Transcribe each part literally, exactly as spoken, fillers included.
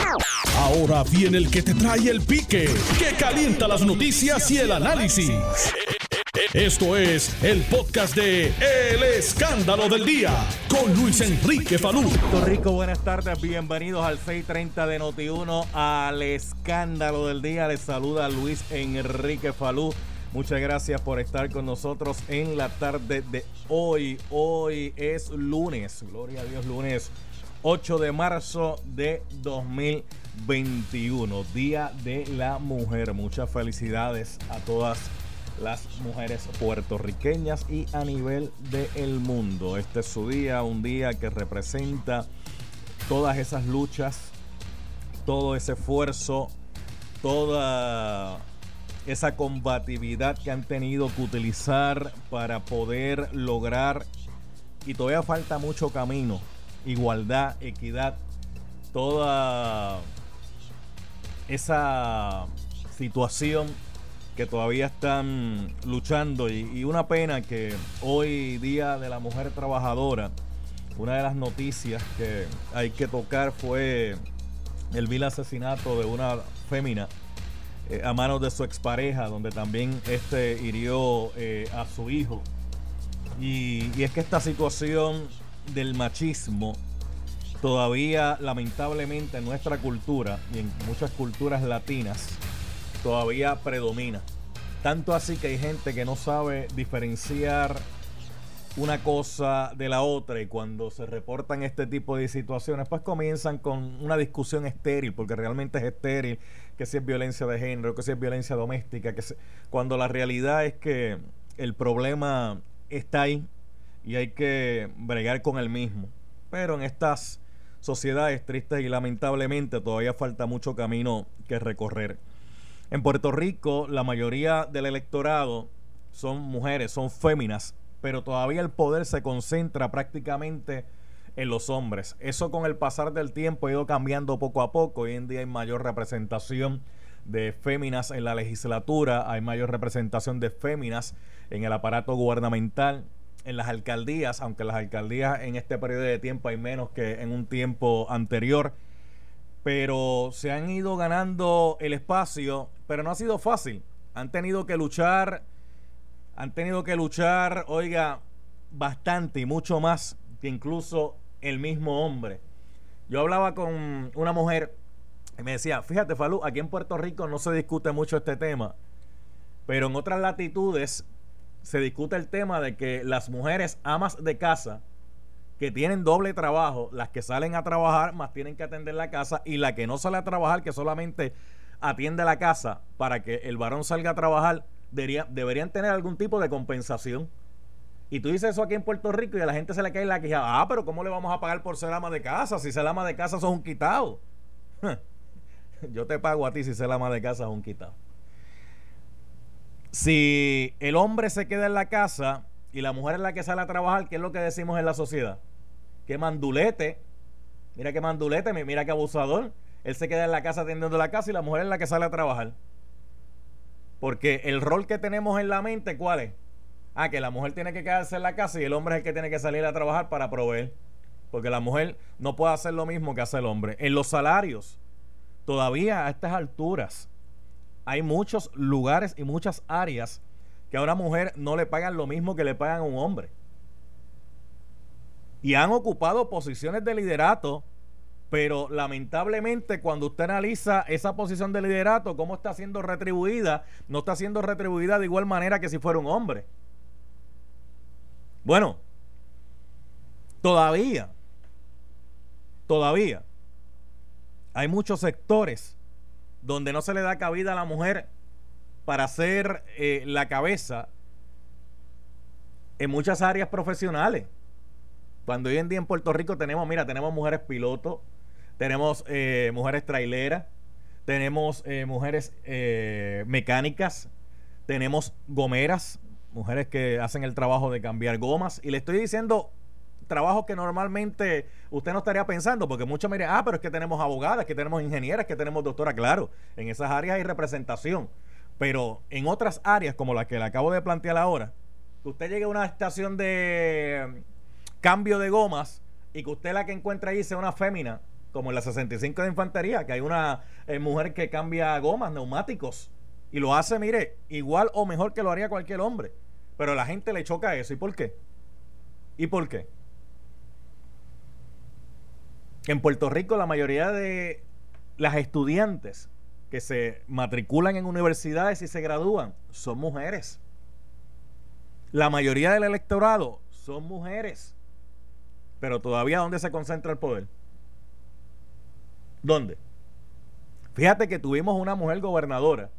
Ahora viene el que te trae el pique, que calienta las noticias y el análisis. Esto es el podcast de El Escándalo del Día, con Luis Enrique Falú. Puerto Rico, buenas tardes, bienvenidos al seis treinta de Noti uno, al Escándalo del Día. Les saluda Luis Enrique Falú. Muchas gracias por estar con nosotros en la tarde de hoy. Hoy es lunes, gloria a Dios, lunes ocho de marzo de dos mil veintiuno, Día de la Mujer. Muchas felicidades a todas las mujeres puertorriqueñas y a nivel del mundo. Este es su día, un día que representa todas esas luchas, todo ese esfuerzo, toda esa combatividad que han tenido que utilizar para poder lograr, y todavía falta mucho camino, igualdad, equidad, toda esa situación que todavía están luchando. Y, y una pena que hoy, Día de la Mujer Trabajadora, una de las noticias que hay que tocar fue el vil asesinato de una fémina eh, a manos de su expareja, donde también este hirió eh, a su hijo. Y, y es que esta situación del machismo todavía, lamentablemente, en nuestra cultura y en muchas culturas latinas todavía predomina. Tanto así que hay gente que no sabe diferenciar una cosa de la otra, y cuando se reportan este tipo de situaciones, pues comienzan con una discusión estéril, porque realmente es estéril, que si es violencia de género, que si es violencia doméstica, que se, cuando la realidad es que el problema está ahí y hay que bregar con el mismo. Pero en estas sociedades tristes y lamentablemente todavía falta mucho camino que recorrer. En Puerto Rico, la mayoría del electorado son mujeres, son féminas, pero todavía el poder se concentra prácticamente en los hombres. Eso, con el pasar del tiempo, ha ido cambiando poco a poco. Hoy en día hay mayor representación de féminas en la legislatura, hay mayor representación de féminas en el aparato gubernamental, en las alcaldías, aunque las alcaldías en este periodo de tiempo hay menos que en un tiempo anterior. Pero se han ido ganando el espacio, pero no ha sido fácil. Han tenido que luchar, han tenido que luchar, oiga, bastante y mucho más que incluso el mismo hombre. Yo hablaba con una mujer y me decía, fíjate, Falú, aquí en Puerto Rico no se discute mucho este tema, pero en otras latitudes se discute el tema de que las mujeres amas de casa, que tienen doble trabajo, las que salen a trabajar más tienen que atender la casa, y la que no sale a trabajar, que solamente atiende la casa para que el varón salga a trabajar, debería, deberían tener algún tipo de compensación. Y tú dices eso aquí en Puerto Rico y a la gente se le cae la quija, ah, pero ¿cómo le vamos a pagar por ser ama de casa? Si ser ama de casa sos un quitado. Yo te pago a ti si ser ama de casa sos un quitado. Si el hombre se queda en la casa y la mujer es la que sale a trabajar, ¿qué es lo que decimos en la sociedad? ¡Qué mandulete! Mira qué mandulete, mira qué abusador. Él se queda en la casa atendiendo la casa y la mujer es la que sale a trabajar. Porque el rol que tenemos en la mente, ¿cuál es? Ah, que la mujer tiene que quedarse en la casa y el hombre es el que tiene que salir a trabajar para proveer. Porque la mujer no puede hacer lo mismo que hace el hombre. En los salarios, todavía a estas alturas, hay muchos lugares y muchas áreas que a una mujer no le pagan lo mismo que le pagan a un hombre. Y han ocupado posiciones de liderato, pero lamentablemente cuando usted analiza esa posición de liderato, cómo está siendo retribuida, no está siendo retribuida de igual manera que si fuera un hombre. Bueno, todavía, todavía hay muchos sectores donde no se le da cabida a la mujer para ser eh, la cabeza en muchas áreas profesionales. Cuando hoy en día en Puerto Rico tenemos, mira, tenemos mujeres pilotos, tenemos eh, mujeres traileras, tenemos eh, mujeres eh, mecánicas, tenemos gomeras, mujeres que hacen el trabajo de cambiar gomas, y le estoy diciendo trabajos que normalmente usted no estaría pensando, porque muchos me dirán, ah, pero es que tenemos abogadas, que tenemos ingenieras, que tenemos doctoras. Claro, en esas áreas hay representación, pero en otras áreas como la que le acabo de plantear ahora, que usted llegue a una estación de cambio de gomas y que usted la que encuentra ahí sea una fémina como en la sesenta y cinco de infantería, que hay una eh, mujer que cambia gomas, neumáticos, y lo hace, mire, igual o mejor que lo haría cualquier hombre. Pero a la gente le choca eso. ¿Y por qué? ¿Y por qué? En Puerto Rico la mayoría de las estudiantes que se matriculan en universidades y se gradúan son mujeres. La mayoría del electorado son mujeres. Pero todavía, ¿dónde se concentra el poder? ¿Dónde? Fíjate que tuvimos una mujer gobernadora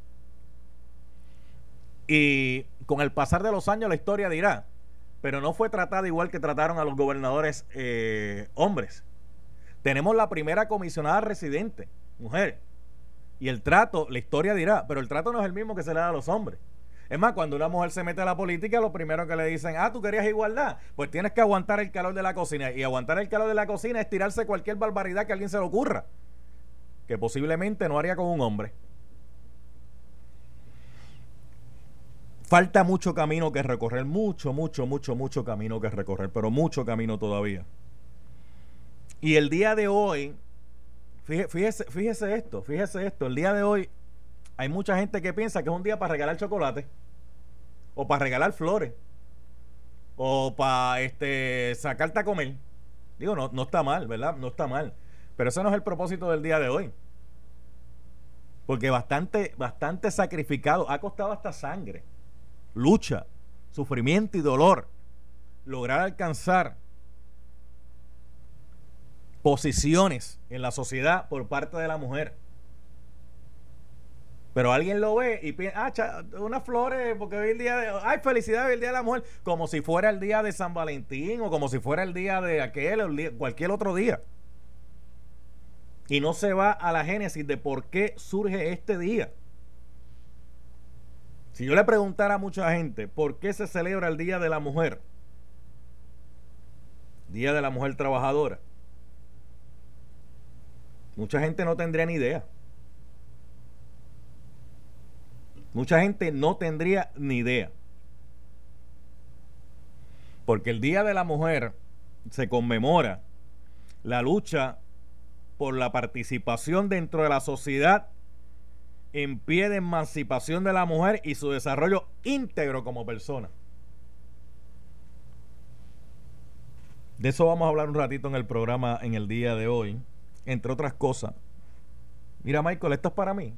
y con el pasar de los años la historia dirá, pero no fue tratada igual que trataron a los gobernadores eh, hombres. Tenemos la primera comisionada residente, mujer, y el trato, la historia dirá, pero el trato no es el mismo que se le da a los hombres. Es más, cuando una mujer se mete a la política, lo primero que le dicen, ah, ¿tú querías igualdad? Pues tienes que aguantar el calor de la cocina. Y aguantar el calor de la cocina es tirarse cualquier barbaridad que a alguien se le ocurra, que posiblemente no haría con un hombre. Falta mucho camino que recorrer, mucho, mucho, mucho, mucho camino que recorrer, pero mucho camino todavía. Y el día de hoy, fíjese, fíjese esto, fíjese esto, el día de hoy hay mucha gente que piensa que es un día para regalar chocolate, o para regalar flores, o para este, sacarte a comer. Digo, no, no está mal, ¿verdad? No está mal. Pero ese no es el propósito del día de hoy. Porque bastante, bastante sacrificado, ha costado hasta sangre, lucha, sufrimiento y dolor lograr alcanzar posiciones en la sociedad por parte de la mujer. Pero alguien lo ve y piensa, ah, cha, unas flores, porque hoy el día de, ay, felicidades, el día de la mujer, como si fuera el día de San Valentín o como si fuera el día de aquel o el día, cualquier otro día. Y no se va a la génesis de por qué surge este día. Si yo le preguntara a mucha gente por qué se celebra el Día de la Mujer, Día de la Mujer Trabajadora, mucha gente no tendría ni idea. Mucha gente no tendría ni idea. Porque el Día de la Mujer se conmemora la lucha por la participación dentro de la sociedad en pie de emancipación de la mujer y su desarrollo íntegro como persona. De eso vamos a hablar un ratito en el programa en el día de hoy, entre otras cosas. Mira, Michael, esto es para mí.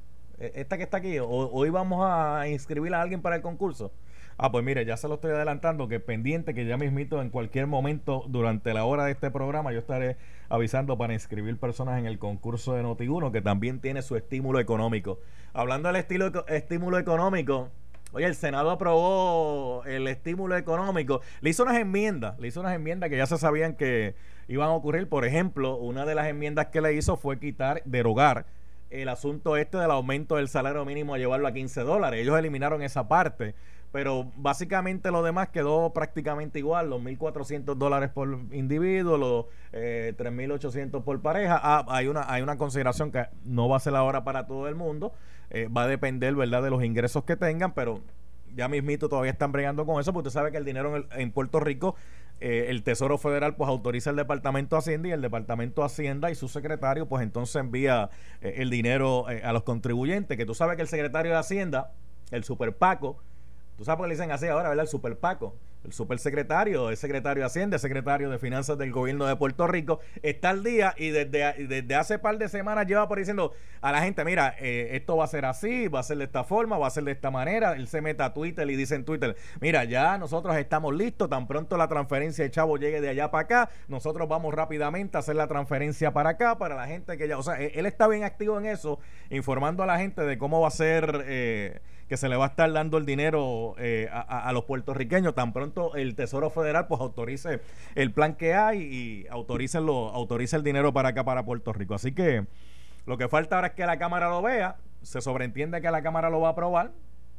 Esta que está aquí, hoy vamos a inscribir a alguien para el concurso. Ah, pues mire, ya se lo estoy adelantando, que pendiente, que ya mismito en cualquier momento durante la hora de este programa yo estaré avisando para inscribir personas en el concurso de Noti uno, que también tiene su estímulo económico. Hablando del estilo, estímulo económico, oye, el Senado aprobó el estímulo económico, le hizo unas enmiendas, le hizo unas enmiendas que ya se sabían que iban a ocurrir. Por ejemplo, una de las enmiendas que le hizo fue quitar, derogar el asunto este del aumento del salario mínimo a llevarlo a quince dólares. Ellos eliminaron esa parte, pero básicamente lo demás quedó prácticamente igual, los mil cuatrocientos dólares por individuo, los eh, tres mil ochocientos por pareja. Ah, hay una hay una consideración que no va a ser ahora para todo el mundo, eh, va a depender, ¿verdad?, de los ingresos que tengan, pero ya mismito todavía están bregando con eso, porque usted sabe que el dinero en, el, en Puerto Rico, eh, el Tesoro Federal pues autoriza el Departamento de Hacienda, y el Departamento de Hacienda y su secretario pues entonces envía eh, el dinero eh, a los contribuyentes, que tú sabes que el secretario de Hacienda, el Super Paco, tú sabes por qué le dicen así ahora, ¿verdad? El Super Paco, el supersecretario, el secretario de Hacienda, el secretario de Finanzas del gobierno de Puerto Rico, está al día y desde, desde hace par de semanas lleva por diciendo a la gente, mira, eh, esto va a ser así, va a ser de esta forma, va a ser de esta manera. Él se mete a Twitter y dice en Twitter, mira, ya nosotros estamos listos, tan pronto la transferencia de chavo llegue de allá para acá, nosotros vamos rápidamente a hacer la transferencia para acá, para la gente que ya, o sea, él está bien activo en eso, informando a la gente de cómo va a ser, eh, que se le va a estar dando el dinero eh, a, a los puertorriqueños, tan pronto el Tesoro Federal pues autorice el plan que hay y autorice, lo, autorice el dinero para acá, para Puerto Rico. Así que lo que falta ahora es que la Cámara lo vea, se sobreentiende que la Cámara lo va a aprobar.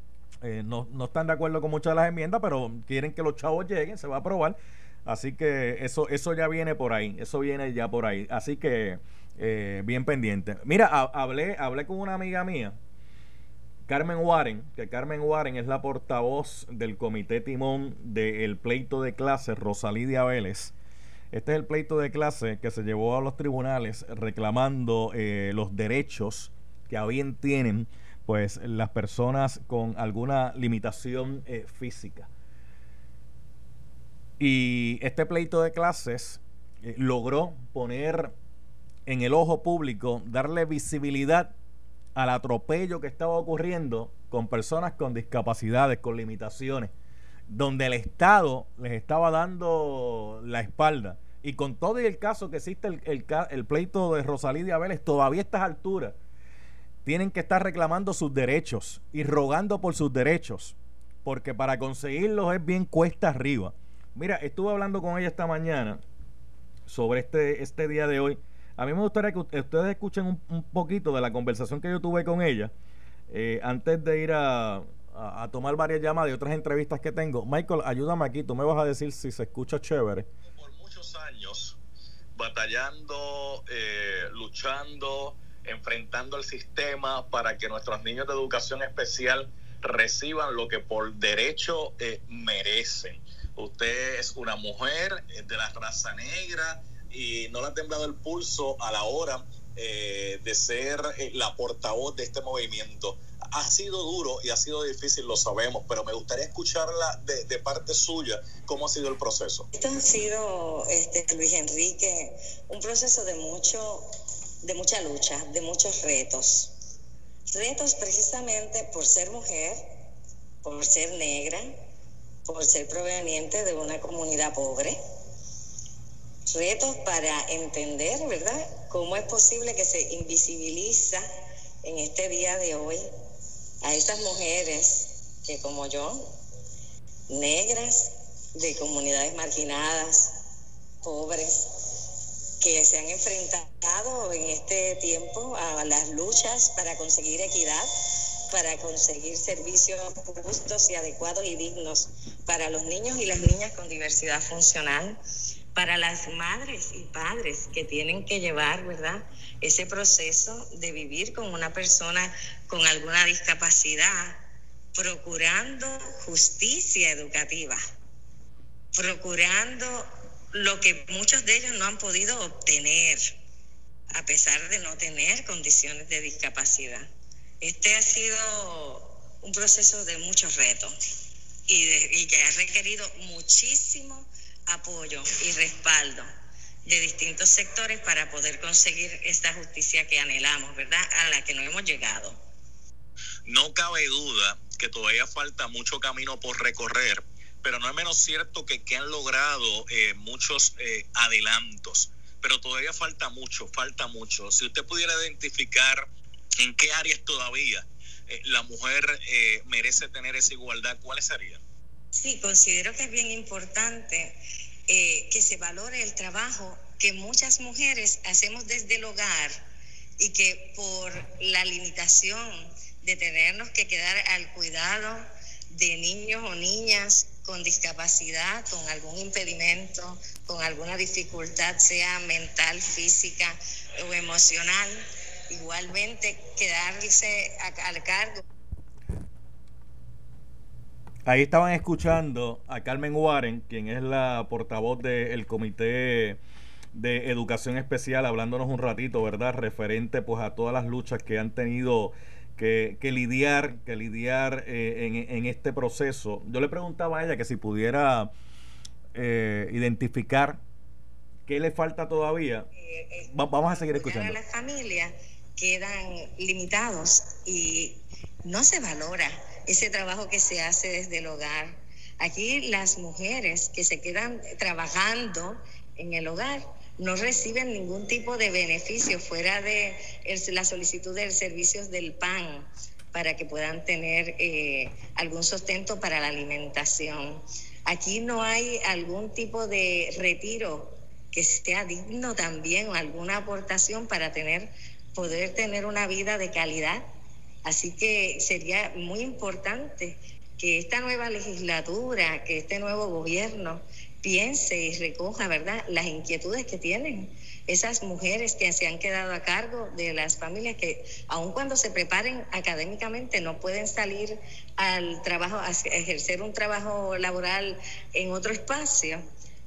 Eh, no, no están de acuerdo con muchas de las enmiendas, pero quieren que los chavos lleguen, se va a aprobar. Así que eso, eso ya viene por ahí, eso viene ya por ahí. Así que eh, bien pendiente. Mira, a, hablé, hablé con una amiga mía, Carmen Warren, que Carmen Warren es la portavoz del comité timón del pleito de clases Rosalídia Vélez, Este es el pleito de clase que se llevó a los tribunales reclamando eh, los derechos que a bien tienen pues las personas con alguna limitación eh, física. Y este pleito de clases eh, logró poner en el ojo público, darle visibilidad al atropello que estaba ocurriendo con personas con discapacidades, con limitaciones, donde el Estado les estaba dando la espalda. Y con todo y el caso que existe, el, el, el pleito de Rosalía Vélez, todavía a estas alturas tienen que estar reclamando sus derechos y rogando por sus derechos, porque para conseguirlos es bien cuesta arriba. Mira, estuve hablando con ella esta mañana sobre este, este día de hoy. A mí me gustaría que ustedes escuchen un, un poquito de la conversación que yo tuve con ella eh, antes de ir a, a, a tomar varias llamadas de otras entrevistas que tengo. Michael, ayúdame aquí, tú me vas a decir si se escucha chévere. Por muchos años batallando, eh, luchando, enfrentando el sistema para que nuestros niños de educación especial reciban lo que por derecho eh, merecen. Usted es una mujer de la raza negra y no le ha temblado el pulso a la hora eh, de ser eh, la portavoz de este movimiento. Ha sido duro y ha sido difícil, lo sabemos, pero me gustaría escucharla de, de parte suya, cómo ha sido el proceso. Esto ha sido, este, Luis Enrique, un proceso de mucho, de mucha lucha, de muchos retos. Retos precisamente por ser mujer, por ser negra, por ser proveniente de una comunidad pobre. Retos para entender, ¿verdad?, cómo es posible que se invisibiliza en este día de hoy a estas mujeres que, como yo, negras, de comunidades marginadas, pobres, que se han enfrentado en este tiempo a las luchas para conseguir equidad, para conseguir servicios justos y adecuados y dignos para los niños y las niñas con diversidad funcional, para las madres y padres que tienen que llevar, ¿verdad?, ese proceso de vivir con una persona con alguna discapacidad, procurando justicia educativa, procurando lo que muchos de ellos no han podido obtener, a pesar de no tener condiciones de discapacidad. Este ha sido un proceso de muchos retos y, de, y que ha requerido muchísimo apoyo y respaldo de distintos sectores para poder conseguir esta justicia que anhelamos, ¿verdad?, a la que no hemos llegado. No cabe duda que todavía falta mucho camino por recorrer, pero no es menos cierto que, que han logrado eh, muchos eh, adelantos, pero todavía falta mucho, falta mucho. Si usted pudiera identificar en qué áreas todavía eh, la mujer eh, merece tener esa igualdad, ¿cuáles serían? Sí, considero que es bien importante eh, que se valore el trabajo que muchas mujeres hacemos desde el hogar y que por la limitación de tenernos que quedar al cuidado de niños o niñas con discapacidad, con algún impedimento, con alguna dificultad, sea mental, física o emocional, igualmente quedarse a, al cargo. Ahí estaban escuchando a Carmen Warren, quien es la portavoz del Comité de Educación Especial, hablándonos un ratito, ¿verdad?, referente pues a todas las luchas que han tenido que, que lidiar, que lidiar eh, en, en este proceso. Yo le preguntaba a ella que si pudiera eh, identificar qué le falta todavía. Eh, eh, Va, vamos a seguir escuchando. A las familias quedan limitados y no se valora ese trabajo que se hace desde el hogar. Aquí las mujeres que se quedan trabajando en el hogar no reciben ningún tipo de beneficio fuera de el, la solicitud de servicios del P A N para que puedan tener eh, algún sustento para la alimentación. Aquí no hay algún tipo de retiro que sea digno también, o alguna aportación para tener, poder tener una vida de calidad. Así que sería muy importante que esta nueva legislatura, que este nuevo gobierno piense y recoja, ¿verdad?, las inquietudes que tienen esas mujeres que se han quedado a cargo de las familias, que aun cuando se preparen académicamente no pueden salir al trabajo, a ejercer un trabajo laboral en otro espacio,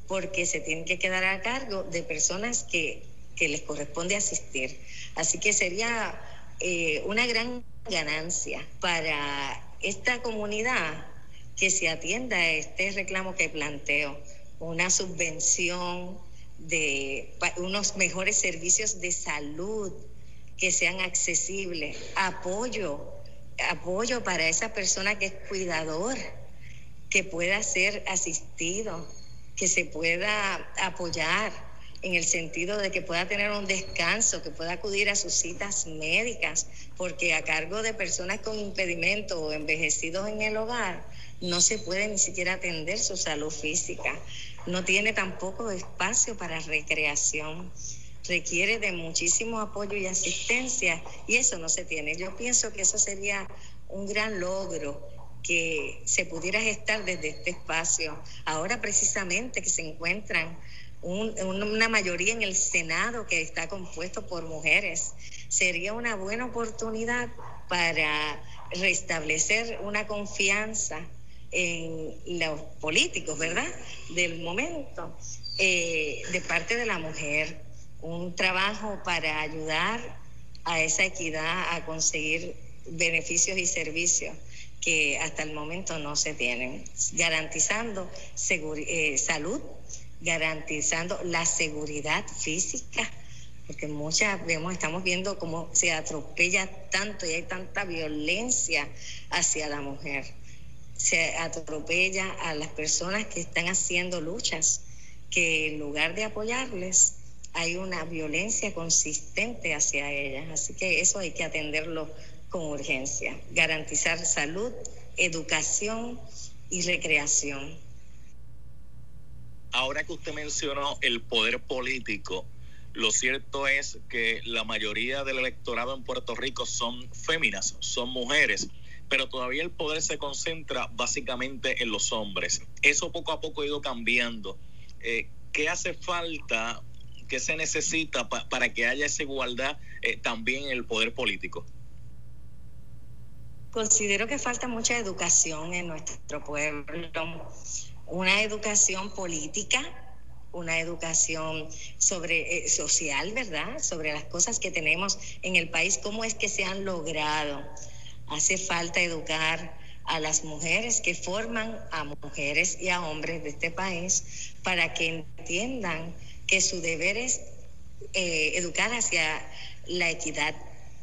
porque se tienen que quedar a cargo de personas que, que les corresponde asistir. Así que sería eh, una gran ganancia para esta comunidad que se atienda a este reclamo que planteo, una subvención de unos mejores servicios de salud que sean accesibles, apoyo, apoyo para esa persona que es cuidador, que pueda ser asistido, que se pueda apoyar en el sentido de que pueda tener un descanso, que pueda acudir a sus citas médicas, porque a cargo de personas con impedimento o envejecidos en el hogar, no se puede ni siquiera atender su salud física. No tiene tampoco espacio para recreación. Requiere de muchísimo apoyo y asistencia, y eso no se tiene. Yo pienso que eso sería un gran logro, que se pudiera gestar desde este espacio. Ahora precisamente que se encuentran un, una mayoría en el Senado que está compuesto por mujeres, sería una buena oportunidad para restablecer una confianza en los políticos, ¿verdad?, del momento, eh, de parte de la mujer. Un trabajo para ayudar a esa equidad, a conseguir beneficios y servicios que hasta el momento no se tienen, garantizando seguri- eh, salud, garantizando la seguridad física, porque muchas vemos, estamos viendo cómo se atropella tanto y hay tanta violencia hacia la mujer. Se atropella a las personas que están haciendo luchas, que en lugar de apoyarles, hay una violencia consistente hacia ellas. Así que eso hay que atenderlo con urgencia. Garantizar salud, educación y recreación. Ahora que usted mencionó el poder político, lo cierto es que la mayoría del electorado en Puerto Rico son féminas, son mujeres, pero todavía el poder se concentra básicamente en los hombres. Eso poco a poco ha ido cambiando. Eh, ¿Qué hace falta, qué se necesita pa- para que haya esa igualdad eh, también en el poder político? Considero que falta mucha educación en nuestro pueblo, una educación política, una educación sobre eh, social, ¿verdad?, sobre las cosas que tenemos en el país, cómo es que se han logrado. Hace falta educar a las mujeres que forman a mujeres y a hombres de este país para que entiendan que su deber es eh, educar hacia la equidad,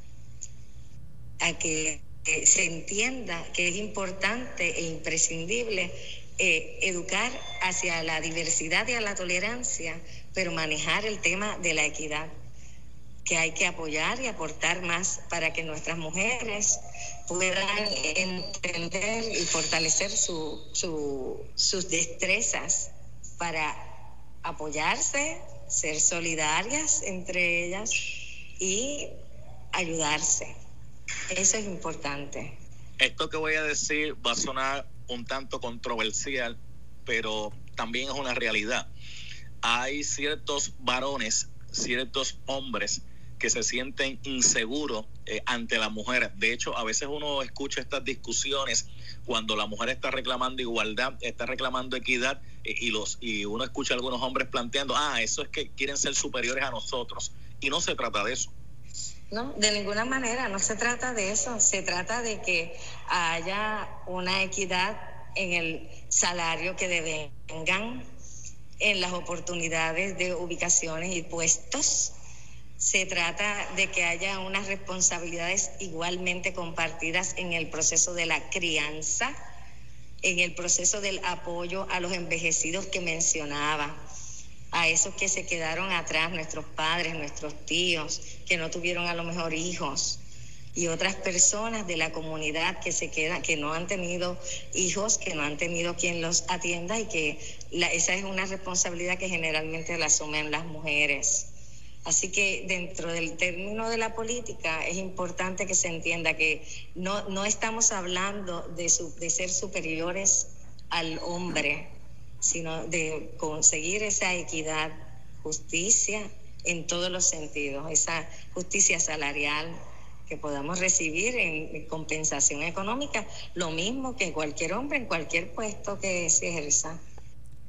a que eh, se entienda que es importante e imprescindible eh, educar hacia la diversidad y a la tolerancia, pero manejar el tema de la equidad, que hay que apoyar y aportar más para que nuestras mujeres puedan entender y fortalecer su, su, sus destrezas para apoyarse, ser solidarias entre ellas y ayudarse. Eso es importante. Esto que voy a decir va a sonar un tanto controversial, pero también es una realidad. Hay ciertos varones, ciertos hombres que se sienten inseguros eh, ante la mujer. De hecho, a veces uno escucha estas discusiones cuando la mujer está reclamando igualdad, está reclamando equidad, eh, y los y uno escucha a algunos hombres planteando, ah, eso es que quieren ser superiores a nosotros. Y no se trata de eso. No, de ninguna manera, no se trata de eso. Se trata de que haya una equidad en el salario que devengan, en las oportunidades de ubicaciones y puestos. Se trata de que haya unas responsabilidades igualmente compartidas en el proceso de la crianza, en el proceso del apoyo a los envejecidos que mencionaba, a esos que se quedaron atrás, nuestros padres, nuestros tíos, que no tuvieron a lo mejor hijos, y otras personas de la comunidad que se quedan, que no han tenido hijos, que no han tenido quien los atienda, y que la, esa es una responsabilidad que generalmente la asumen las mujeres. Así que dentro del término de la política es importante que se entienda que no, no estamos hablando de, su, de ser superiores al hombre, sino de conseguir esa equidad, justicia en todos los sentidos, esa justicia salarial, que podamos recibir en compensación económica, lo mismo que cualquier hombre en cualquier puesto que se ejerza.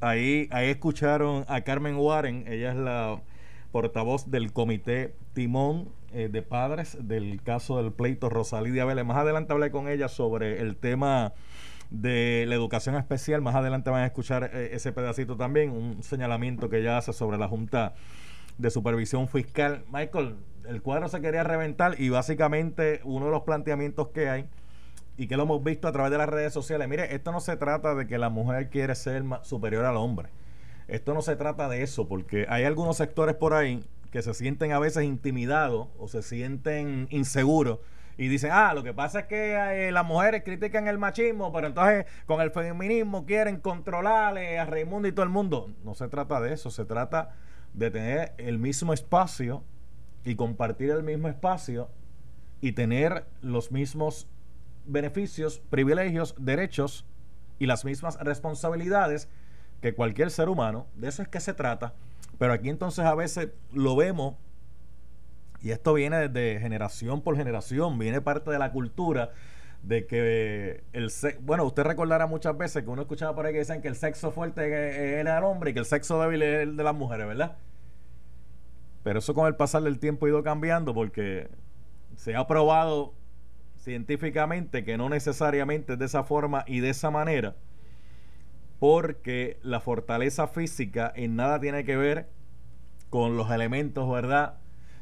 Ahí, ahí escucharon a Carmen Warren, ella es la portavoz del Comité Timón eh, de Padres del caso del pleito Rosalía Vélez. Más adelante hablé con ella sobre el tema de la educación especial. Más adelante van a escuchar eh, ese pedacito también, un señalamiento que ella hace sobre la Junta de Supervisión Fiscal. Michael, el cuadro se quería reventar y básicamente uno de los planteamientos que hay y que lo hemos visto a través de las redes sociales, mire, esto no se trata de que la mujer quiere ser superior al hombre. Esto no se trata de eso, porque hay algunos sectores por ahí que se sienten a veces intimidados o se sienten inseguros y dicen, ah, lo que pasa es que eh, las mujeres critican el machismo, pero entonces con el feminismo quieren controlarle a Raimundo y todo el mundo. No se trata de eso, se trata de tener el mismo espacio y compartir el mismo espacio y tener los mismos beneficios, privilegios, derechos y las mismas responsabilidades que cualquier ser humano. De eso es que se trata. Pero aquí entonces a veces lo vemos, y esto viene desde generación por generación, viene parte de la cultura de que el sexo, bueno, usted recordará muchas veces que uno escuchaba por ahí que dicen que el sexo fuerte era el hombre y que el sexo débil es el de las mujeres, ¿verdad? Pero eso con el pasar del tiempo ha ido cambiando, porque se ha probado científicamente que no necesariamente es de esa forma y de esa manera, porque la fortaleza física en nada tiene que ver con los elementos, ¿verdad?,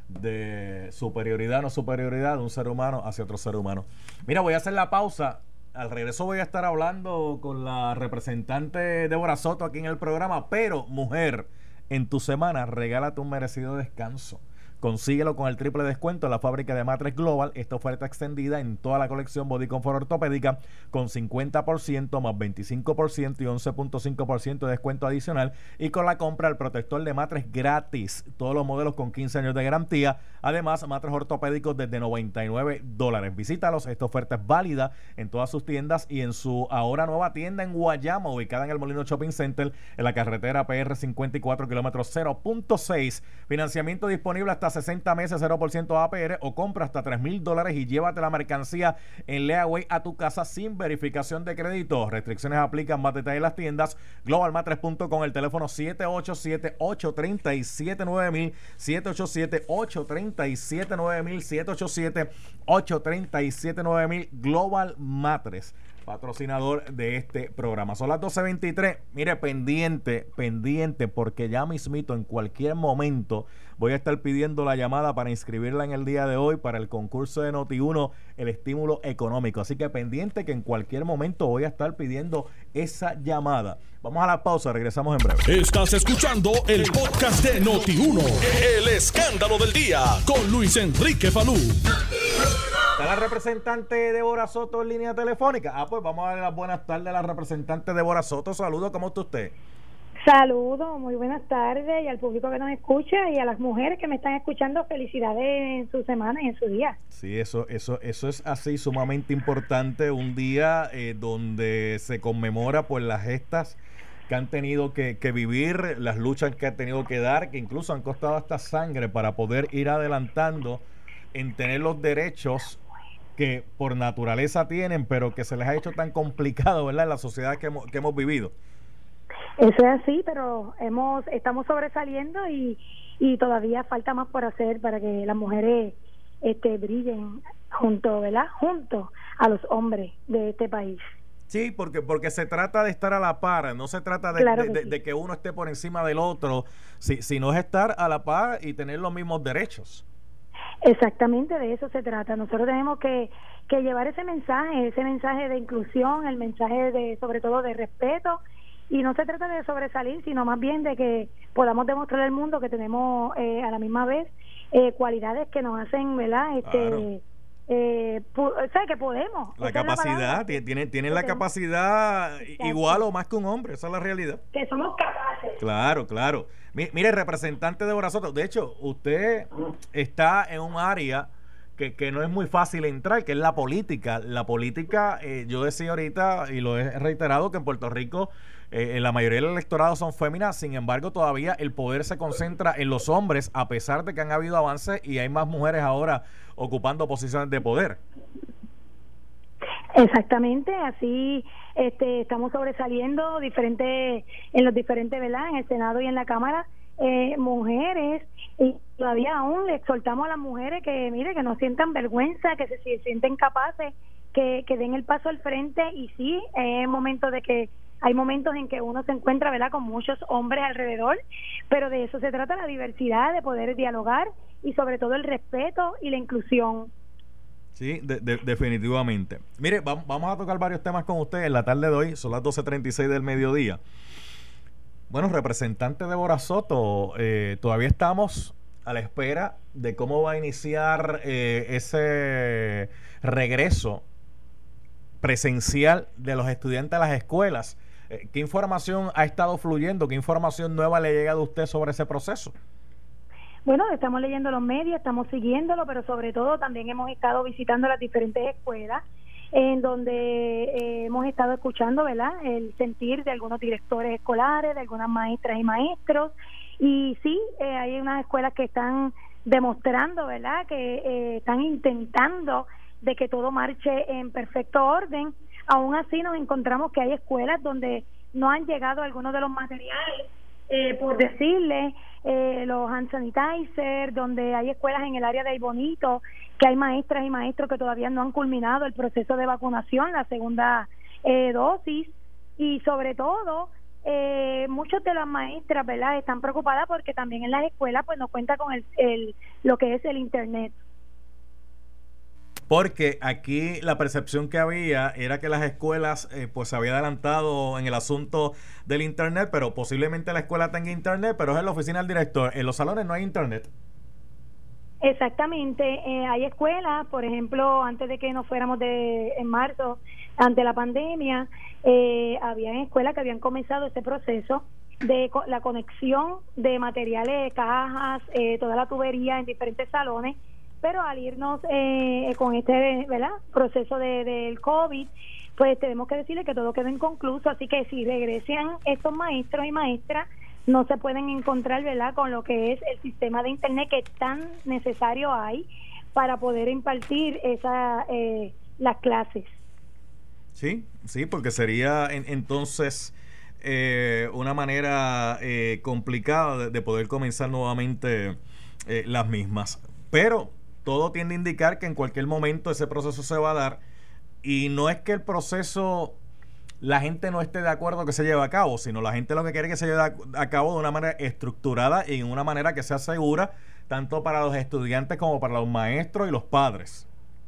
de superioridad o no superioridad de un ser humano hacia otro ser humano. Mira, voy a hacer la pausa. Al regreso voy a estar hablando con la representante Débora Soto aquí en el programa. Pero, mujer, en tu semana regálate un merecido descanso. Consíguelo con el triple descuento en la fábrica de Matres Global. Esta oferta extendida en toda la colección Body Comfort ortopédica con cincuenta por ciento más veinticinco por ciento y once punto cinco por ciento de descuento adicional, y con la compra del protector de matres gratis. Todos los modelos con quince años de garantía. Además, matres ortopédicos desde noventa y nueve dólares. Visítalos. Esta oferta es válida en todas sus tiendas y en su ahora nueva tienda en Guayama, ubicada en el Molino Shopping Center, en la carretera P R cincuenta y cuatro, kilómetros cero punto seis. Financiamiento disponible hasta sesenta meses, cero por ciento A P R, o compra hasta tres mil dólares y llévate la mercancía en Leaway a tu casa sin verificación de crédito. Restricciones aplican. Más detalles en las tiendas global matres punto com. El teléfono siete ocho siete, ocho tres siete, nueve mil, siete ocho siete, ocho tres siete, nueve mil, siete ocho siete, ocho tres siete, nueve mil. Global Matres, patrocinador de este programa. Son las doce veintitrés. Mire, pendiente, pendiente, porque ya mismito, en cualquier momento, voy a estar pidiendo la llamada para inscribirla en el día de hoy para el concurso de Noti uno, el estímulo económico. Así que pendiente, que en cualquier momento voy a estar pidiendo esa llamada. Vamos a la pausa, regresamos en breve. Estás escuchando el podcast de Noti uno, el escándalo del día, con Luis Enrique Falú. Está la representante Débora Soto en línea telefónica. Ah, pues vamos a darle las buenas tardes a la representante Débora Soto. Saludos, ¿cómo está usted? Saludos, muy buenas tardes, y al público que nos escucha y a las mujeres que me están escuchando, felicidades en su semana y en su día. Sí, eso eso eso es así, sumamente importante, un día eh, donde se conmemora pues las gestas que han tenido que, que vivir, las luchas que han tenido que dar, que incluso han costado hasta sangre para poder ir adelantando en tener los derechos que por naturaleza tienen, pero que se les ha hecho tan complicado, ¿verdad?, en la sociedad que hemos, que hemos vivido. Eso es así, pero hemos estamos sobresaliendo y, y todavía falta más por hacer para que las mujeres este, brillen junto, ¿verdad?, junto a los hombres de este país. Sí, porque porque se trata de estar a la par, no se trata de, claro de, que de, sí. de que uno esté por encima del otro, si, sino es estar a la par y tener los mismos derechos. Exactamente, de eso se trata. Nosotros tenemos que, que llevar ese mensaje, ese mensaje de inclusión, el mensaje de, sobre todo, de respeto, y no se trata de sobresalir, sino más bien de que podamos demostrar al mundo que tenemos eh, a la misma vez eh, cualidades que nos hacen, ¿verdad?, este Claro. eh, pu- o sea, que podemos. La Esa es capacidad, palabra. tienen tienen Que la tenemos- capacidad Exacto. igual o más que un hombre, esa es la realidad. que somos capaces. Claro, claro. Mi- Mire, representante de Soto, de hecho, usted está en un área que, que no es muy fácil entrar, que es la política. La política, eh, yo decía ahorita, y lo he reiterado, que en Puerto Rico eh, la mayoría del electorado son féminas, sin embargo, todavía el poder se concentra en los hombres, a pesar de que han habido avances y hay más mujeres ahora ocupando posiciones de poder. Exactamente, así este, estamos sobresaliendo diferentes en los diferentes, ¿verdad? En el Senado y en la Cámara, eh, mujeres, y todavía aún le exhortamos a las mujeres que, mire, que no sientan vergüenza, que se, se sienten capaces, que, que den el paso al frente, y sí, es momento de que hay momentos en que uno se encuentra, ¿verdad?, con muchos hombres alrededor, pero de eso se trata la diversidad, de poder dialogar y sobre todo el respeto y la inclusión. Sí, de, de, definitivamente. Mire, vamos, vamos a tocar varios temas con usted en la tarde de hoy, son las doce treinta y seis del mediodía. Bueno, representante Débora Soto, eh, todavía estamos a la espera de cómo va a iniciar eh, ese regreso presencial de los estudiantes a las escuelas. Eh, ¿Qué información ha estado fluyendo? ¿Qué información nueva le ha llegado a usted sobre ese proceso? Bueno, estamos leyendo los medios, estamos siguiéndolo, pero sobre todo también hemos estado visitando las diferentes escuelas en donde eh, hemos estado escuchando, ¿verdad?, el sentir de algunos directores escolares, de algunas maestras y maestros, y sí, eh, hay unas escuelas que están demostrando, ¿verdad?, que eh, están intentando de que todo marche en perfecto orden. Aún así nos encontramos que hay escuelas donde no han llegado algunos de los materiales, eh, por decirle, eh, los hand sanitizer, donde hay escuelas en el área de Ay Bonito, que hay maestras y maestros que todavía no han culminado el proceso de vacunación, la segunda eh, dosis, y sobre todo eh, muchas de las maestras, ¿verdad?, están preocupadas porque también en las escuelas pues no cuenta con el, el lo que es el internet. Porque aquí la percepción que había era que las escuelas eh, pues se había adelantado en el asunto del internet, pero posiblemente la escuela tenga internet, pero es en la oficina del director. En los salones no hay internet. Exactamente, eh, hay escuelas, por ejemplo, antes de que nos fuéramos de en marzo, ante la pandemia, eh, había escuelas que habían comenzado este proceso de co- la conexión de materiales, cajas, eh, toda la tubería en diferentes salones, pero al irnos eh, con este, ¿verdad?, proceso de, del COVID, pues tenemos que decirle que todo quedó inconcluso, así que si regresan estos maestros y maestras, no se pueden encontrar, ¿verdad?, con lo que es el sistema de internet que tan necesario hay para poder impartir esa, eh, las clases. Sí, sí, porque sería en, entonces eh, una manera eh, complicada de, de poder comenzar nuevamente eh, las mismas. Pero todo tiende a indicar que en cualquier momento ese proceso se va a dar, y no es que el proceso la gente no esté de acuerdo que se lleve a cabo, sino la gente lo que quiere es que se lleve a cabo de una manera estructurada y en una manera que sea segura tanto para los estudiantes como para los maestros y los padres.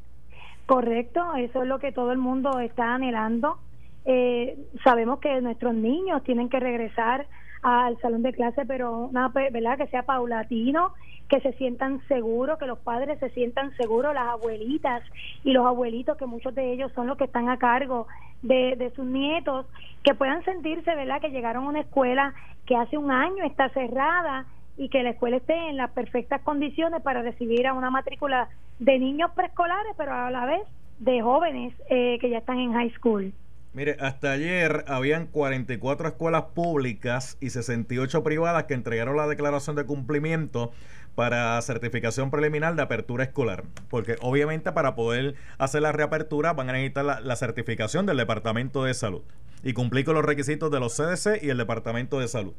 Correcto, eso es lo que todo el mundo está anhelando. Eh, sabemos que nuestros niños tienen que regresar al salón de clase, pero una, ¿verdad?, que sea paulatino, que se sientan seguros, que los padres se sientan seguros, las abuelitas y los abuelitos, que muchos de ellos son los que están a cargo de, de sus nietos, que puedan sentirse, ¿verdad?, que llegaron a una escuela que hace un año está cerrada y que la escuela esté en las perfectas condiciones para recibir a una matrícula de niños preescolares, pero a la vez de jóvenes eh, que ya están en high school. Mire, hasta ayer habían cuarenta y cuatro escuelas públicas y sesenta y ocho privadas que entregaron la declaración de cumplimiento para certificación preliminar de apertura escolar, porque obviamente para poder hacer la reapertura van a necesitar la, la certificación del Departamento de Salud y cumplir con los requisitos de los C D C y el Departamento de Salud.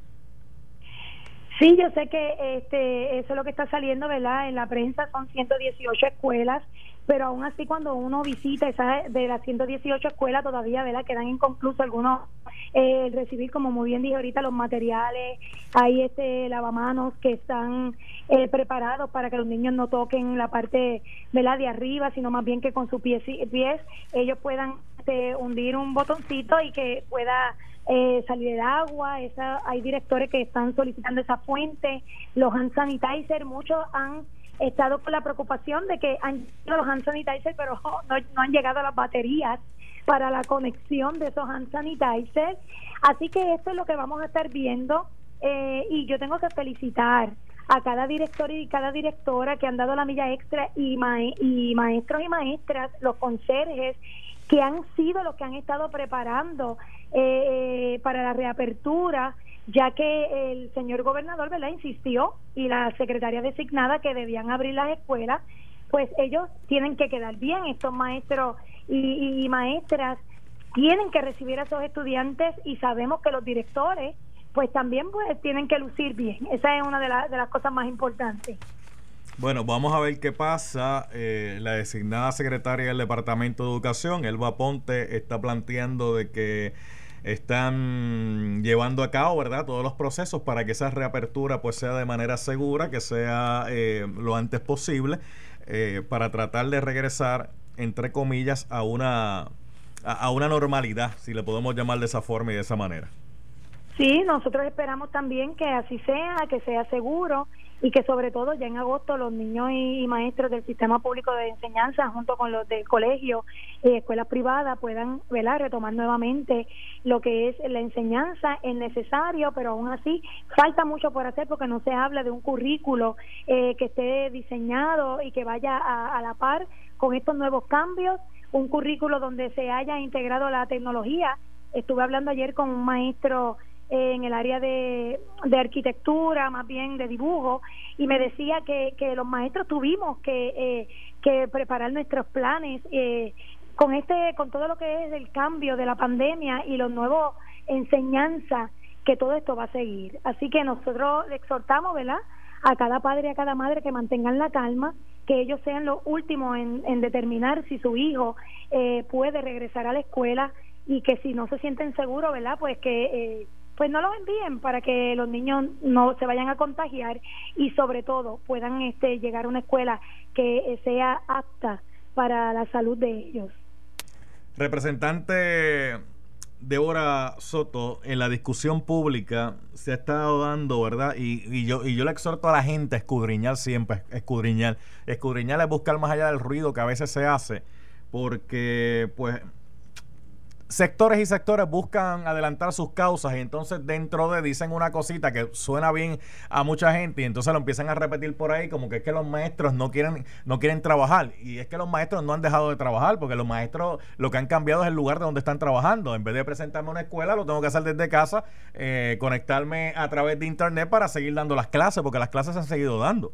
Sí, yo sé que este eso es lo que está saliendo, ¿verdad?, en la prensa, son ciento dieciocho escuelas, pero aún así cuando uno visita esas de las ciento dieciocho escuelas todavía, ¿verdad?, quedan inconclusos algunos, eh, recibir, como muy bien dije ahorita, los materiales, hay este lavamanos que están eh, preparados para que los niños no toquen la parte, ¿verdad?, de arriba, sino más bien que con sus pies, pies ellos puedan este, hundir un botoncito y que pueda Eh, salir el agua. Esa, hay directores que están solicitando esa fuente, los hand sanitizer, muchos han estado con la preocupación de que han llegado los hand sanitizer, pero no, no han llegado las baterías para la conexión de esos hand sanitizer, así que esto es lo que vamos a estar viendo, eh, y yo tengo que felicitar a cada director y cada directora que han dado la milla extra, y, ma y maestros y maestras, los conserjes, que han sido los que han estado preparando eh, para la reapertura, ya que el señor gobernador, ¿verdad?, insistió, y la secretaria designada, que debían abrir las escuelas, pues ellos tienen que quedar bien, estos maestros y, y maestras tienen que recibir a esos estudiantes, y sabemos que los directores pues también pues tienen que lucir bien. Esa es una de, la, de las cosas más importantes. Bueno, vamos a ver qué pasa. Eh, la designada secretaria del Departamento de Educación, Elba Ponte, está planteando de que están llevando a cabo, ¿verdad?, todos los procesos para que esa reapertura pues sea de manera segura, que sea eh, lo antes posible, eh, para tratar de regresar, entre comillas, a una a, a una normalidad, si le podemos llamar de esa forma y de esa manera. Sí, nosotros esperamos también que así sea, que sea seguro, y que sobre todo ya en agosto los niños y maestros del sistema público de enseñanza junto con los del colegio y eh, escuelas privadas puedan, ¿verdad?, retomar nuevamente lo que es la enseñanza. Es necesario, pero aún así falta mucho por hacer, porque no se habla de un currículo eh, que esté diseñado y que vaya a, a la par con estos nuevos cambios, un currículo donde se haya integrado la tecnología. Estuve hablando ayer con un maestro en el área de, de arquitectura, más bien de dibujo, y me decía que, que los maestros tuvimos que, eh, que preparar nuestros planes eh, con este con todo lo que es el cambio de la pandemia y los nuevos enseñanzas, que todo esto va a seguir. Así que nosotros le exhortamos, ¿verdad?, a cada padre y a cada madre que mantengan la calma, que ellos sean los últimos en, en determinar si su hijo eh, puede regresar a la escuela, y que si no se sienten seguros, ¿verdad?, pues que eh, pues no los envíen, para que los niños no se vayan a contagiar y sobre todo puedan este llegar a una escuela que eh, sea apta para la salud de ellos. Representante Débora Soto, en la discusión pública se ha estado dando, ¿verdad? Y, y yo y yo le exhorto a la gente a escudriñar siempre, escudriñar. Escudriñar es buscar más allá del ruido que a veces se hace, porque pues sectores y sectores buscan adelantar sus causas, y entonces dentro de dicen una cosita que suena bien a mucha gente, y entonces lo empiezan a repetir por ahí, como que es que los maestros no quieren no quieren trabajar, y es que los maestros no han dejado de trabajar, porque los maestros lo que han cambiado es el lugar de donde están trabajando. En vez de presentarme a una escuela, lo tengo que hacer desde casa, eh, conectarme a través de internet para seguir dando las clases, porque las clases se han seguido dando.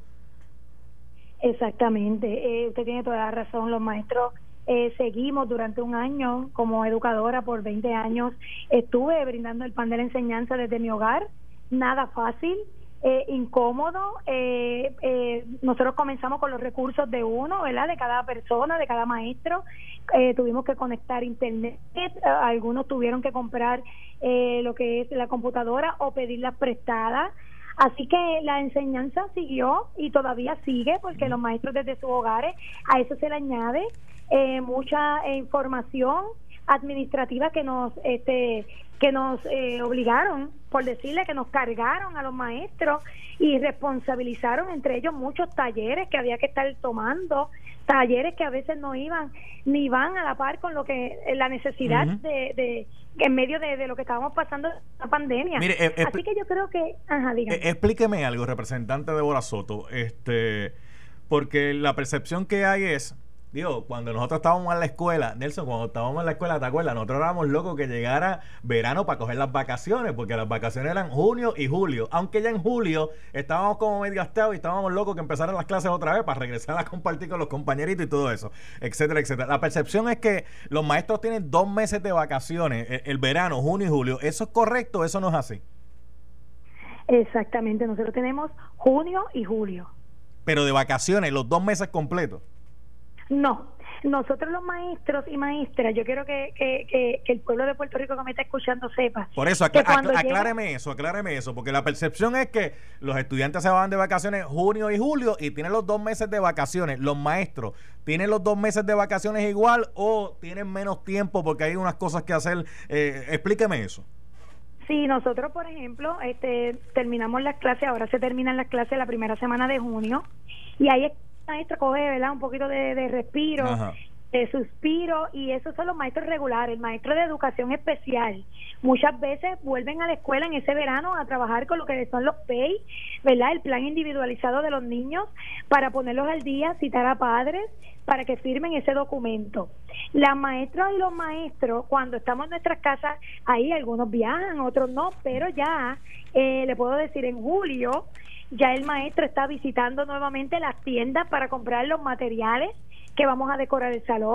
Exactamente, eh, usted tiene toda la razón. Los maestros Eh, seguimos durante un año como educadora, por veinte años estuve brindando el pan de la enseñanza desde mi hogar. Nada fácil, eh, incómodo. eh, eh, nosotros comenzamos con los recursos de uno, ¿verdad?, de cada persona, de cada maestro. Eh, tuvimos que conectar internet, eh, algunos tuvieron que comprar eh, lo que es la computadora o pedirlas prestadas. Así que la enseñanza siguió y todavía sigue, porque los maestros desde sus hogares, a eso se le añade eh, mucha eh, información administrativa que nos este que nos eh, obligaron, por decirle, que nos cargaron a los maestros y responsabilizaron, entre ellos muchos talleres que había que estar tomando, talleres que a veces no iban ni van a la par con lo que la necesidad uh-huh. de, de en medio de, de lo que estábamos pasando la pandemia. Mire, eh, así que yo creo que ajá, dígame. Eh, explíqueme algo, representante Débora Soto, este porque la percepción que hay es, digo, cuando nosotros estábamos en la escuela, Nelson, cuando estábamos en la escuela, ¿te acuerdas? Nosotros éramos locos que llegara verano para coger las vacaciones, porque las vacaciones eran junio y julio, aunque ya en julio estábamos como medio gastados y estábamos locos que empezaran las clases otra vez para regresar a compartir con los compañeritos y todo eso, etcétera, etcétera. La percepción es que los maestros tienen dos meses de vacaciones, el, el verano, junio y julio. ¿Eso es correcto o eso no es así? Exactamente, nosotros tenemos junio y julio. Pero de vacaciones, los dos meses completos. No, nosotros los maestros y maestras, yo quiero que, que, que, que el pueblo de Puerto Rico que me está escuchando sepa. Por eso, acl- acl- acláreme llega... eso, acláreme eso, porque la percepción es que los estudiantes se van de vacaciones junio y julio y tienen los dos meses de vacaciones. Los maestros, ¿tienen los dos meses de vacaciones igual o tienen menos tiempo porque hay unas cosas que hacer? Eh, explíqueme eso. Sí, nosotros, por ejemplo, este, terminamos las clases, ahora se terminan las clases la primera semana de junio, y ahí es maestro coge, ¿verdad?, un poquito de, de respiro, Ajá. de suspiro, y esos son los maestros regulares. El maestro de educación especial muchas veces vuelven a la escuela en ese verano a trabajar con lo que son los P E I, ¿verdad?, el plan individualizado de los niños, para ponerlos al día, citar a padres para que firmen ese documento. Las maestras y los maestros, cuando estamos en nuestras casas, ahí algunos viajan, otros no, pero ya eh, le puedo decir, en julio ya el maestro está visitando nuevamente las tiendas para comprar los materiales que vamos a decorar el salón,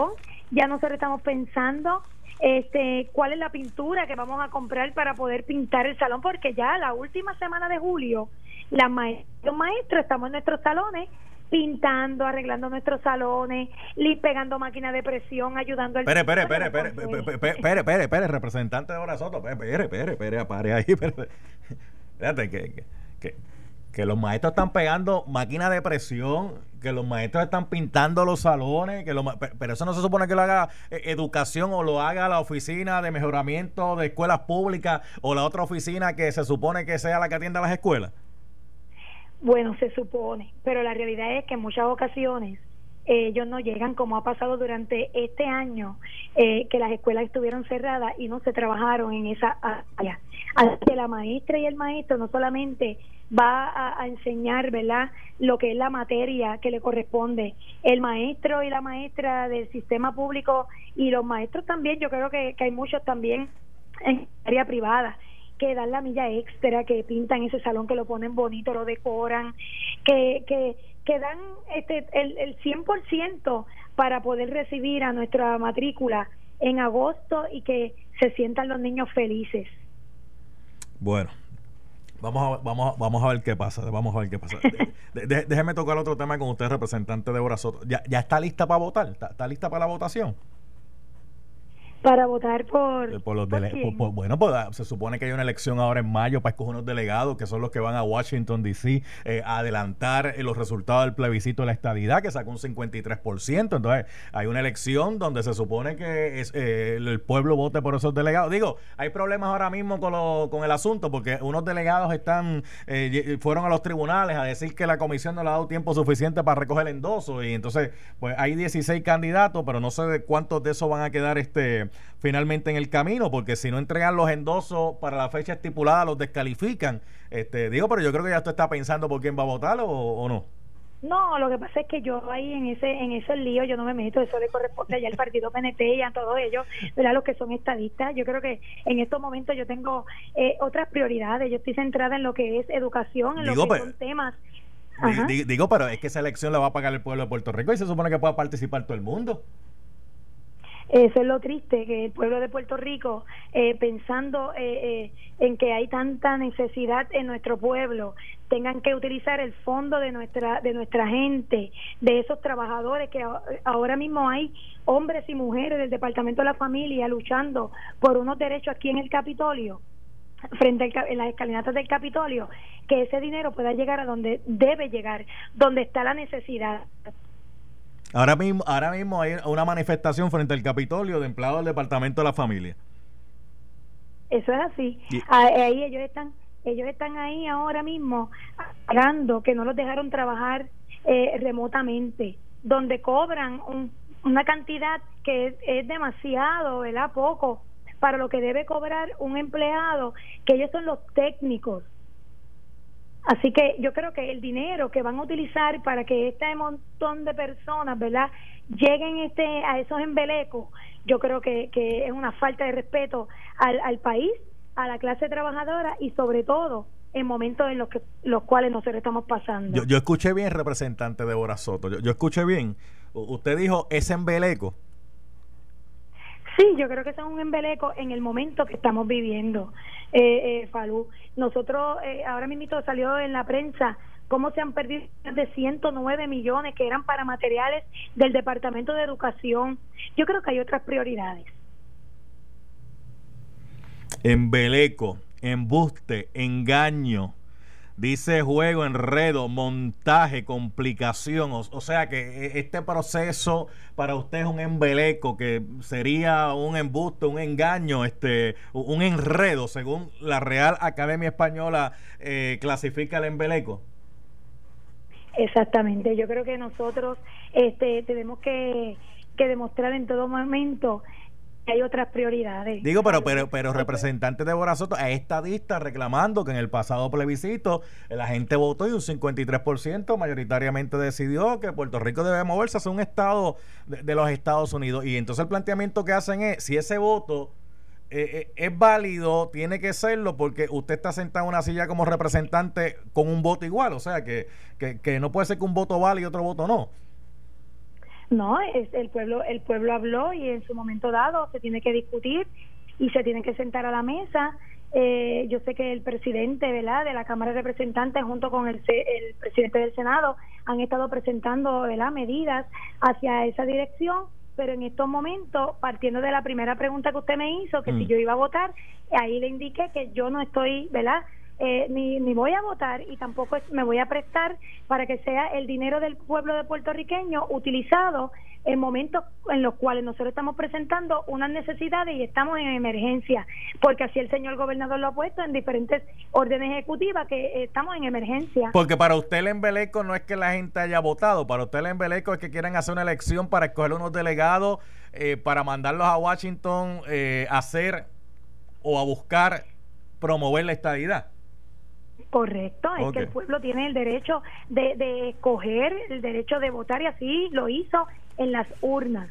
ya nosotros estamos pensando este cuál es la pintura que vamos a comprar para poder pintar el salón, porque ya la última semana de julio, las maestras, los maestros estamos en nuestros salones pintando, arreglando nuestros salones, li, pegando máquinas de presión, ayudando al... Espere, espere, espere, espere, espere, espere, espere, espere, representante de Obras Soto, espere, espere, espere, pare ahí, espere. Fíjate que, que, que, que los maestros están pegando máquinas de presión, que los maestros están pintando los salones, que los, pero eso no se supone que lo haga educación o lo haga la oficina de mejoramiento de escuelas públicas o la otra oficina que se supone que sea la que atienda las escuelas. Bueno, se supone, pero la realidad es que en muchas ocasiones eh, ellos no llegan, como ha pasado durante este año, eh, que las escuelas estuvieron cerradas y no se trabajaron en esa área. Así que la maestra y el maestro no solamente va a, a enseñar, ¿verdad?, lo que es la materia que le corresponde. El maestro y la maestra del sistema público y los maestros también, yo creo que, que hay muchos también en área privada que dan la milla extra, que pintan ese salón, que lo ponen bonito, lo decoran, que que, que dan este el, el cien por ciento para poder recibir a nuestra matrícula en agosto y que se sientan los niños felices. Bueno, vamos a, vamos a, vamos a ver qué pasa, vamos a ver qué pasa. De, de, déjeme tocar otro tema con usted, representante de Obras Soto. ¿Ya, ya está lista para votar? ¿Está, está lista para la votación? Para votar por... por los dele- por, por, bueno, pues se supone que hay una elección ahora en mayo para escoger unos delegados que son los que van a Washington D C eh, a adelantar eh, los resultados del plebiscito de la estadidad, que sacó un cincuenta y tres por ciento. Entonces hay una elección donde se supone que es, eh, el pueblo vote por esos delegados. Digo, hay problemas ahora mismo con, lo, con el asunto, porque unos delegados están eh, fueron a los tribunales a decir que la comisión no le ha dado tiempo suficiente para recoger el endoso, y entonces pues hay dieciséis candidatos, pero no sé de cuántos de esos van a quedar este finalmente en el camino, porque si no entregan los endosos para la fecha estipulada los descalifican. Este, digo, pero yo creo que ya usted está pensando por quién va a votar o, o no. No, lo que pasa es que yo ahí en ese en ese lío yo no me meto, eso le corresponde ya al partido P N P y a todos ellos, ¿verdad?, los que son estadistas. Yo creo que en estos momentos yo tengo eh, otras prioridades, yo estoy centrada en lo que es educación, en digo, lo que pero, son temas. Digo, digo, pero es que esa elección la va a pagar el pueblo de Puerto Rico y se supone que pueda participar todo el mundo. Eso es lo triste, que el pueblo de Puerto Rico, eh, pensando eh, eh, en que hay tanta necesidad en nuestro pueblo, tengan que utilizar el fondo de nuestra de nuestra gente, de esos trabajadores que ahora mismo hay hombres y mujeres del Departamento de la Familia luchando por unos derechos aquí en el Capitolio, frente al, en las escalinatas del Capitolio, que ese dinero pueda llegar a donde debe llegar, donde está la necesidad. Ahora mismo, ahora mismo hay una manifestación frente al Capitolio de empleados del Departamento de la Familia. Eso es así. Y ahí ellos están, ellos están ahí ahora mismo pagando que no los dejaron trabajar eh, remotamente, donde cobran un, una cantidad que es, es demasiado, ¿verdad?, poco para lo que debe cobrar un empleado, que ellos son los técnicos. Así que yo creo que el dinero que van a utilizar para que este montón de personas, ¿verdad?, lleguen este a esos embelecos, yo creo que, que es una falta de respeto al, al país, a la clase trabajadora y sobre todo en momentos en los que los cuales nosotros estamos pasando. Yo, yo escuché bien, representante de Obras Soto, yo, yo escuché bien. Usted dijo ese embeleco. Sí, yo creo que eso es un embeleco en el momento que estamos viviendo, eh, eh, Falú. Nosotros, eh, ahora mismo salió en la prensa cómo se han perdido de ciento nueve millones que eran para materiales del Departamento de Educación. Yo creo que hay otras prioridades. Embeleco, embuste, engaño. Dice juego, enredo, montaje, complicación. O, o sea que este proceso para usted es un embeleco, que sería un embuste, un engaño, este, un enredo, según la Real Academia Española eh, clasifica el embeleco. Exactamente. Yo creo que nosotros este, tenemos que, que demostrar en todo momento hay otras prioridades. Digo, pero pero pero representante de Obras Soto, hay estadistas reclamando que en el pasado plebiscito la gente votó y un cincuenta y tres por ciento mayoritariamente decidió que Puerto Rico debe moverse hacia un estado de, de los Estados Unidos. Y entonces el planteamiento que hacen es, si ese voto eh, eh, es válido, tiene que serlo porque usted está sentado en una silla como representante con un voto igual. O sea, que, que, que no puede ser que un voto vale y otro voto no. No, es el pueblo, el pueblo habló y en su momento dado se tiene que discutir y se tiene que sentar a la mesa. Eh, yo sé que el presidente, ¿verdad?, de la Cámara de Representantes junto con el, el presidente del Senado han estado presentando, ¿verdad?, medidas hacia esa dirección, pero en estos momentos, partiendo de la primera pregunta que usted me hizo, que mm. si yo iba a votar, ahí le indiqué que yo no estoy, ¿verdad?, Eh, ni, ni voy a votar y tampoco me voy a prestar para que sea el dinero del pueblo de puertorriqueño utilizado en momentos en los cuales nosotros estamos presentando unas necesidades y estamos en emergencia, porque así el señor gobernador lo ha puesto en diferentes órdenes ejecutivas que eh, estamos en emergencia. Porque para usted el embeleco no es que la gente haya votado, para usted el embeleco es que quieren hacer una elección para escoger unos delegados eh, para mandarlos a Washington eh, a hacer o a buscar promover la estadidad. Correcto, es okay. que el pueblo tiene el derecho de, de escoger, el derecho de votar, y así lo hizo en las urnas.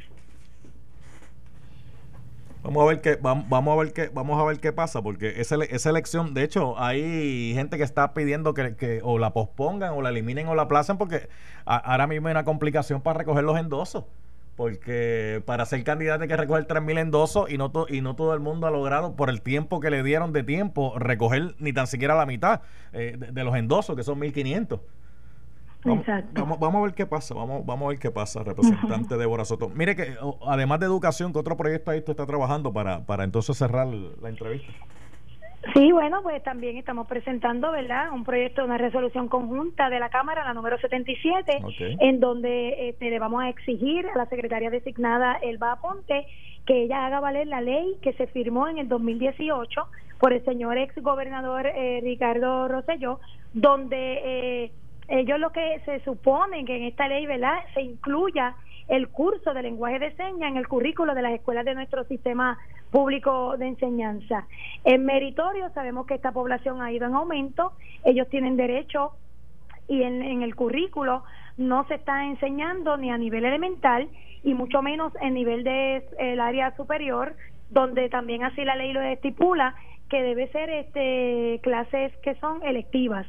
Vamos a ver qué vamos, vamos a ver qué vamos a ver qué pasa, porque esa, esa elección, de hecho, hay gente que está pidiendo que, que o la pospongan o la eliminen o la aplacen, porque a, ahora mismo hay una complicación para recoger los endosos. Porque para ser candidato hay que recoger tres mil endosos y no, to, y no todo el mundo ha logrado, por el tiempo que le dieron de tiempo, recoger ni tan siquiera la mitad eh, de, de los endosos, que son mil quinientos. Vamos, vamos, vamos a ver qué pasa, vamos, vamos a ver qué pasa, representante uh-huh. Débora Soto. Mire que además de educación, ¿qué otro proyecto ahí usted está trabajando para, para entonces cerrar la entrevista? Sí, bueno, pues también estamos presentando, ¿verdad?, un proyecto de una resolución conjunta de la Cámara, la número setenta y siete, okay. en donde este, le vamos a exigir a la secretaria designada Elba Aponte que ella haga valer la ley que se firmó en el dos mil dieciocho por el señor ex gobernador eh, Ricardo Rosselló, donde eh, ellos lo que se supone que en esta ley, ¿verdad?, se incluya el curso de lenguaje de señas en el currículo de las escuelas de nuestro sistema público de enseñanza. En meritorio sabemos que esta población ha ido en aumento, ellos tienen derecho y en, en el currículo no se está enseñando ni a nivel elemental y mucho menos en nivel de el área superior, donde también así la ley lo estipula que debe ser este clases que son electivas.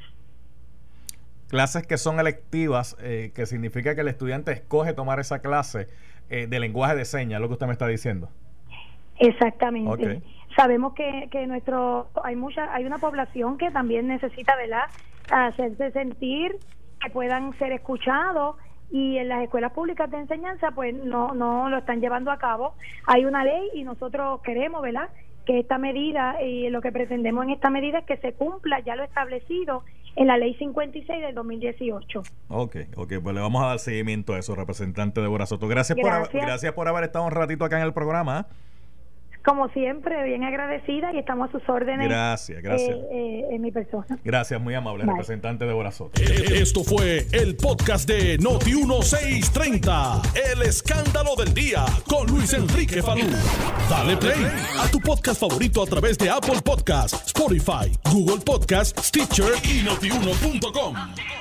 Clases que son electivas, eh, que significa que el estudiante escoge tomar esa clase eh, de lenguaje de señas, lo que usted me está diciendo. Exactamente. Okay. Sabemos que, que nuestro hay mucha hay una población que también necesita, ¿verdad?, hacerse sentir, que puedan ser escuchados, y en las escuelas públicas de enseñanza pues no no lo están llevando a cabo. Hay una ley y nosotros queremos, ¿verdad?, que esta medida y lo que pretendemos en esta medida es que se cumpla ya lo establecido en la ley cincuenta y seis del dos mil dieciocho. Ok, ok, pues le vamos a dar seguimiento a eso, representante Débora Soto. Gracias, gracias. Por, gracias por haber estado un ratito acá en el programa. Como siempre, bien agradecida y estamos a sus órdenes. Gracias, gracias. Eh, eh, en mi persona. Gracias, muy amable, Bye. Representante Débora Soto. Esto fue el podcast de Noti dieciséis treinta, El Escándalo del Día, con Luis Enrique Falú. Dale play a tu podcast favorito a través de Apple Podcasts, Spotify, Google Podcasts, Stitcher y notiuno punto com.